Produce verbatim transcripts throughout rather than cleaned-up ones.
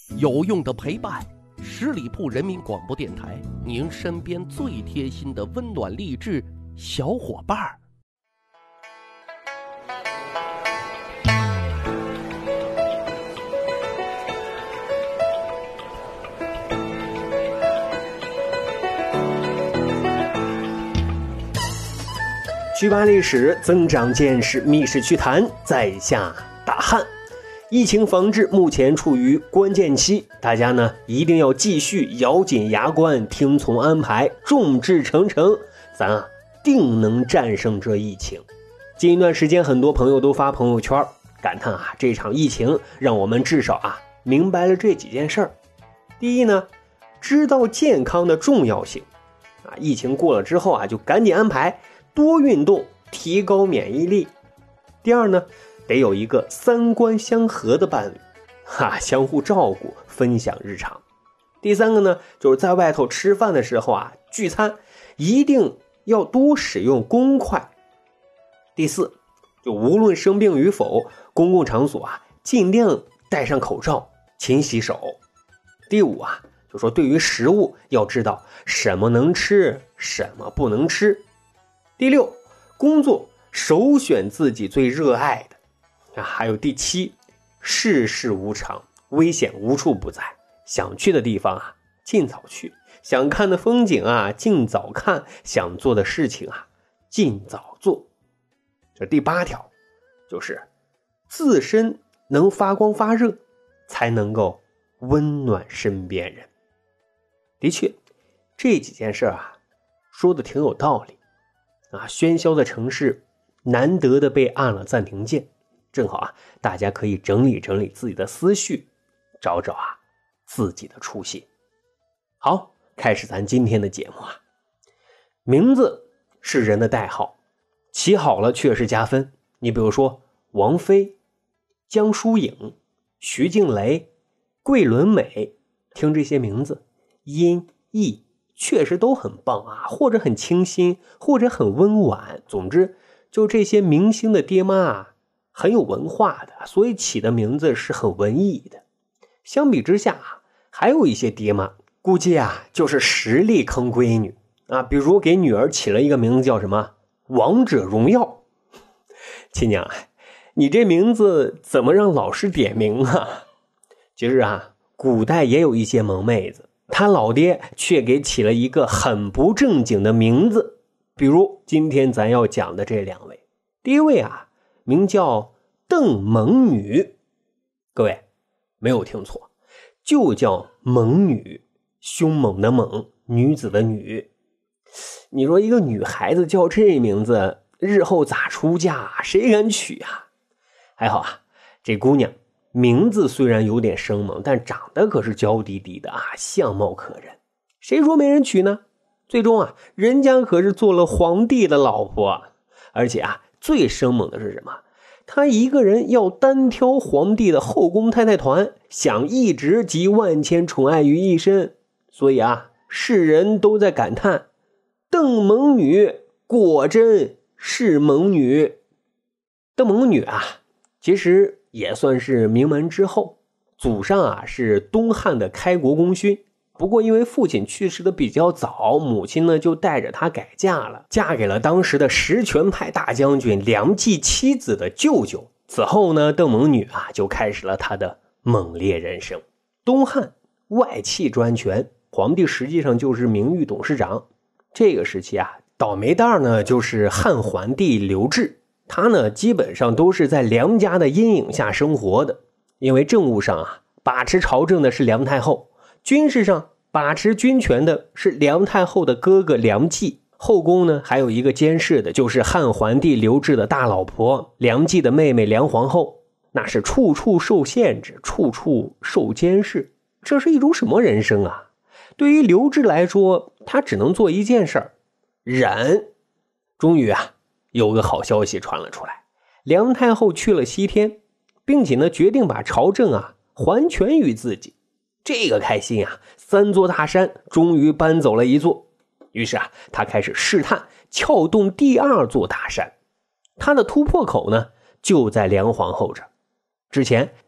有用的陪伴，十里铺人民广播电台，您身边最贴心的温暖励志小伙伴儿。 趣扒历史，增长见识，密室趣谈，在下大汉。疫情防治目前处于关键期，大家呢一定要继续咬紧牙关，听从安排，众志成城，咱啊定能战胜这疫情。近一段时间，很多朋友都发朋友圈感叹啊，这场疫情让我们至少啊明白了这几件事儿。第一呢，知道健康的重要性啊，疫情过了之后啊，就赶紧安排多运动，提高免疫力。第二呢，得有一个三观相合的伴侣，哈，相互照顾，分享日常。第三个呢，就是在外头吃饭的时候啊，聚餐一定要多使用公筷。第四，就无论生病与否，公共场所啊，尽量戴上口罩，勤洗手。第五啊，就说对于食物要知道什么能吃，什么不能吃。第六，工作首选自己最热爱的。啊，还有第七，世事无常，危险无处不在，想去的地方啊，尽早去；想看的风景啊，尽早看；想做的事情啊，尽早做。这第八条，就是自身能发光发热，才能够温暖身边人。的确，这几件事啊，说的挺有道理啊。喧嚣的城市，难得的被按了暂停键。正好啊，大家可以整理整理自己的思绪，找找啊自己的出息。好，开始咱今天的节目啊。名字是人的代号，起好了确实加分。你比如说王菲、江疏影、徐静蕾、桂纶镁，听这些名字，音译确实都很棒啊，或者很清新，或者很温婉。总之，就这些明星的爹妈啊，很有文化的，所以起的名字是很文艺的。相比之下啊，还有一些爹妈估计啊就是实力坑闺女啊，比如给女儿起了一个名字叫什么王者荣耀。亲娘，你这名字怎么让老师点名啊？其实啊，古代也有一些萌妹子，她老爹却给起了一个很不正经的名字，比如今天咱要讲的这两位。第一位啊，名叫邓猛女，各位没有听错，就叫猛女，凶猛的猛，女子的女。你说一个女孩子叫这名字，日后咋出嫁，谁敢娶啊？还好啊，这姑娘名字虽然有点生猛，但长得可是娇滴滴的啊，相貌可人。谁说没人娶呢？最终啊，人家可是做了皇帝的老婆。而且啊，最生猛的是什么？他一个人要单挑皇帝的后宫太太团，想一直集万千宠爱于一身。所以啊，世人都在感叹，邓猛女果真是猛女。邓猛女啊，其实也算是名门之后，祖上啊是东汉的开国功勋。不过因为父亲去世的比较早，母亲呢就带着他改嫁了，嫁给了当时的实权派大将军梁冀妻子的舅舅。此后呢，邓猛女啊就开始了她的猛烈人生。东汉外戚专权，皇帝实际上就是名誉董事长。这个时期啊，倒霉蛋呢就是汉桓帝刘志，他呢基本上都是在梁家的阴影下生活的。因为政务上啊，把持朝政的是梁太后，军事上把持军权的是梁太后的哥哥梁冀，后宫呢还有一个监视的，就是汉桓帝刘志的大老婆梁冀的妹妹梁皇后，那是处处受限制，处处受监视。这是一种什么人生啊？对于刘志来说，他只能做一件事儿，忍。终于啊，有个好消息传了出来，梁太后去了西天，并且呢决定把朝政啊还权于自己。这个开心啊，三座大山终于搬走了一座。于是啊，他开始试探撬动第二座大山。他的突破口呢，就在梁皇后这儿。之前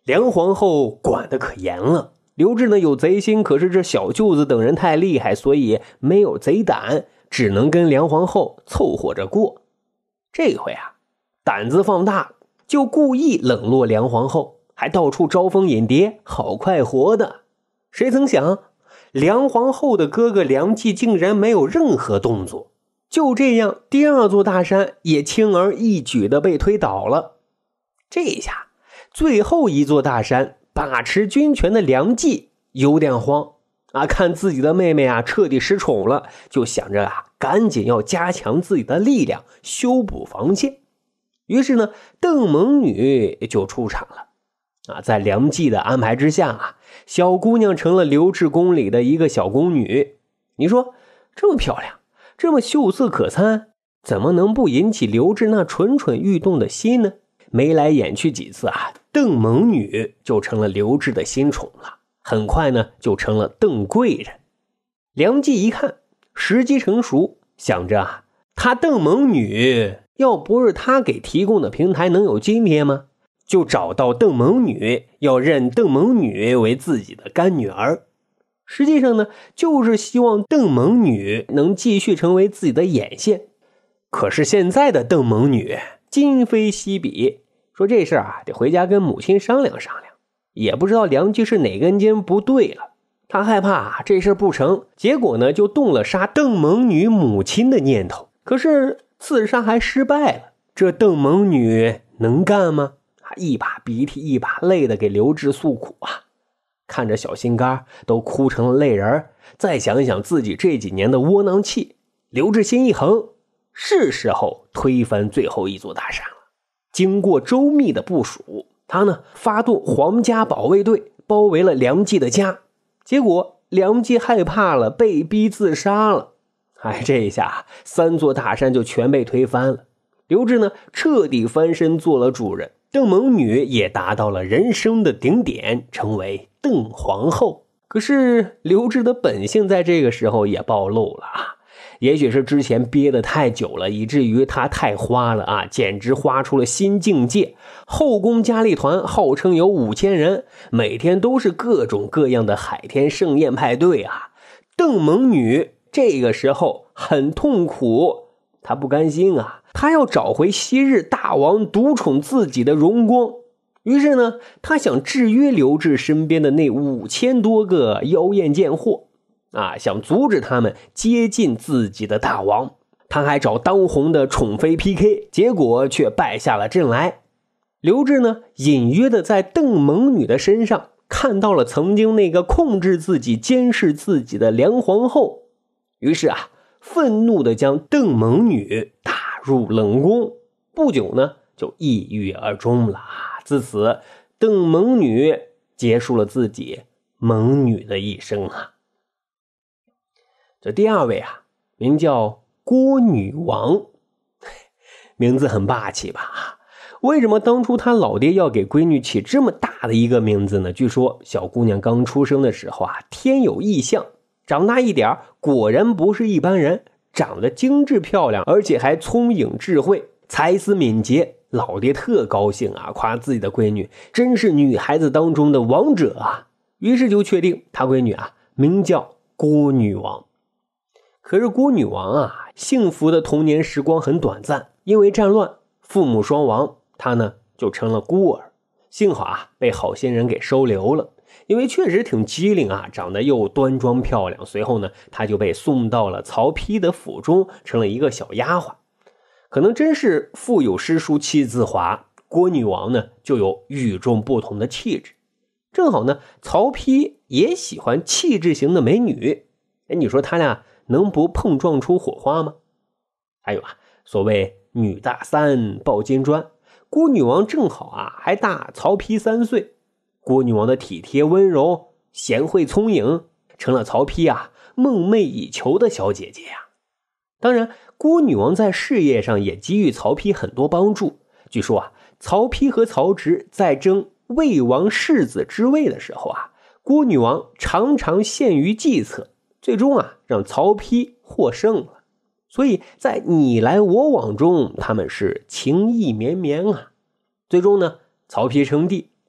梁皇后管得可严了，刘志呢有贼心，可是这小舅子等人太厉害，所以没有贼胆，只能跟梁皇后凑合着过。这回啊，胆子放大，就故意冷落梁皇后，还到处招蜂引蝶，好快活的。谁曾想梁皇后的哥哥梁冀竟然没有任何动作，就这样第二座大山也轻而易举的被推倒了。这下最后一座大山把持军权的梁冀有点慌啊，看自己的妹妹啊彻底失宠了，就想着啊赶紧要加强自己的力量，修补防线。于是呢，邓蒙女就出场了啊，在梁冀的安排之下啊，小姑娘成了刘志宫里的一个小宫女。你说这么漂亮，这么秀色可餐，怎么能不引起刘志那蠢蠢欲动的心呢？眉来眼去几次啊，邓蒙女就成了刘志的新宠了，很快呢就成了邓贵人。梁冀一看时机成熟，想着啊，他邓蒙女要不是他给提供的平台能有今天吗？就找到邓蒙女，要认邓蒙女为自己的干女儿。实际上呢，就是希望邓蒙女能继续成为自己的眼线。可是现在的邓蒙女今非昔比，说这事啊得回家跟母亲商量商量。也不知道梁冀是哪根筋不对了，他害怕啊这事不成，结果呢就动了杀邓蒙女母亲的念头。可是刺杀还失败了，这邓蒙女能干吗？一把鼻涕一把泪的给刘志诉苦啊，看着小心肝都哭成了泪人。再想想自己这几年的窝囊气，刘志心一横，是时候推翻最后一座大山了。经过周密的部署，他呢发动皇家保卫队包围了梁冀的家，结果梁冀害怕了，被逼自杀了。哎，这一下三座大山就全被推翻了。刘志呢彻底翻身做了主人，邓蒙女也达到了人生的顶点，成为邓皇后。可是刘志的本性在这个时候也暴露了啊！也许是之前憋得太久了，以至于他太花了啊，简直花出了新境界。后宫佳丽团号称有五千人，每天都是各种各样的海天盛宴派对啊。邓蒙女这个时候很痛苦，她不甘心啊，她要找回昔日大王独宠自己的荣光。于是呢，她想制约刘志身边的那五千多个妖艳贱货啊，想阻止他们接近自己的大王。他还找当红的宠妃 P K， 结果却败下了阵来。刘志呢，隐约的在邓蒙女的身上看到了曾经那个控制自己、监视自己的梁皇后。于是啊，愤怒的将邓蒙女打入冷宫，不久呢，就抑郁而终了。自此，邓蒙女结束了自己蒙女的一生啊。这第二位啊，名叫郭女王，名字很霸气吧？为什么当初他老爹要给闺女起这么大的一个名字呢？据说小姑娘刚出生的时候啊，天有异象，长大一点果然不是一般人，长得精致漂亮，而且还聪颖智慧，才思敏捷。老爹特高兴啊，夸自己的闺女真是女孩子当中的王者啊，于是就确定他闺女啊名叫郭女王。可是郭女王啊，幸福的童年时光很短暂，因为战乱，父母双亡，她呢就成了孤儿。幸好啊，被好心人给收留了，因为确实挺机灵啊，长得又端庄漂亮。随后呢，她就被送到了曹丕的府中，成了一个小丫鬟。可能真是腹有诗书气自华，郭女王呢就有与众不同的气质。正好呢，曹丕也喜欢气质型的美女，哎，你说他俩能不碰撞出火花吗？还有啊，所谓女大三抱金砖，郭女王正好啊还大曹丕三岁。郭女王的体贴温柔、贤惠聪颖，成了曹丕啊梦寐以求的小姐姐呀、啊。当然，郭女王在事业上也给予曹丕很多帮助。据说啊，曹丕和曹植在争魏王世子之位的时候啊，郭女王常常陷于计策，最终啊让曹丕获胜了。所以在你来我往中，他们是情意绵绵啊。最终呢，曹丕称帝，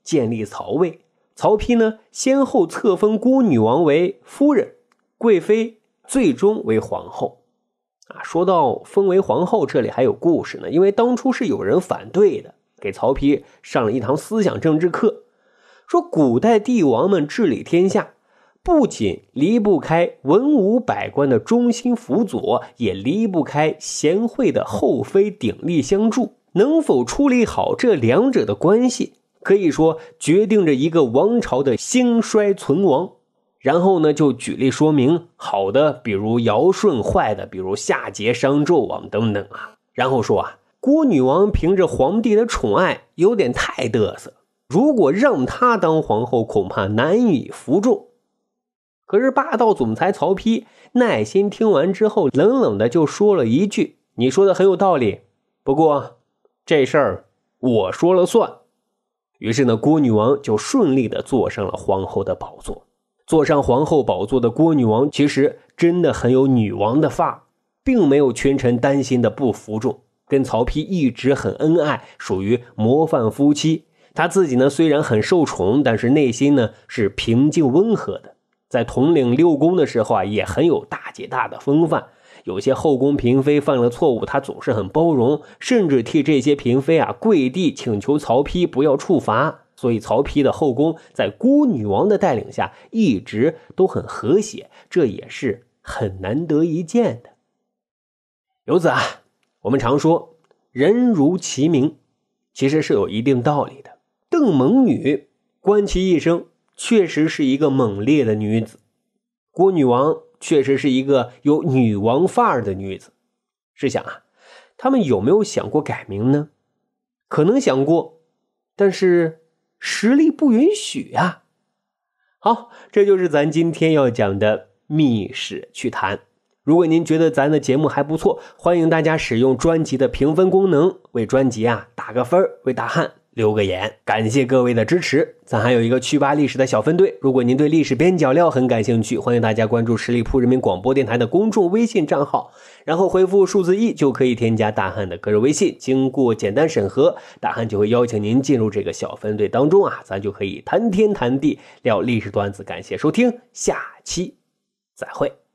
建立曹魏。曹丕呢，先后册封郭女王为夫人、贵妃，最终为皇后。啊，说到封为皇后，这里还有故事呢，因为当初是有人反对的，给曹丕上了一堂思想政治课，说古代帝王们治理天下，不仅离不开文武百官的忠心辅佐，也离不开贤惠的后妃鼎力相助。能否处理好这两者的关系，可以说决定着一个王朝的兴衰存亡。然后呢，就举例说明，好的比如尧舜，坏的比如夏桀、商纣王等等啊。然后说啊，郭女王凭着皇帝的宠爱有点太嘚瑟，如果让她当皇后，恐怕难以服众。可是霸道总裁曹丕耐心听完之后，冷冷的就说了一句：你说的很有道理，不过这事儿我说了算。于是呢，郭女王就顺利的坐上了皇后的宝座。坐上皇后宝座的郭女王其实真的很有女王的范儿，并没有群臣担心的不服众，跟曹丕一直很恩爱，属于模范夫妻。她自己呢虽然很受宠，但是内心呢是平静温和的。在统领六宫的时候啊，也很有大姐大的风范。有些后宫嫔妃犯了错误，她总是很包容，甚至替这些嫔妃啊跪地请求曹丕不要处罚。所以曹丕的后宫在郭女王的带领下一直都很和谐，这也是很难得一见的。由此啊，我们常说人如其名，其实是有一定道理的。邓蒙女观其一生，确实是一个猛烈的女子。郭女王确实是一个有女王范儿的女子。试想啊，他们有没有想过改名呢？可能想过，但是实力不允许啊。好，这就是咱今天要讲的密史趣谈。如果您觉得咱的节目还不错，欢迎大家使用专辑的评分功能，为专辑啊打个分，为大汉留个言。感谢各位的支持。咱还有一个趣吧历史的小分队，如果您对历史边角料很感兴趣，欢迎大家关注十里铺人民广播电台的公众微信账号，然后回复数字一就可以添加大汉的个人微信。经过简单审核，大汉就会邀请您进入这个小分队当中啊，咱就可以谈天谈地聊历史段子。感谢收听，下期再会。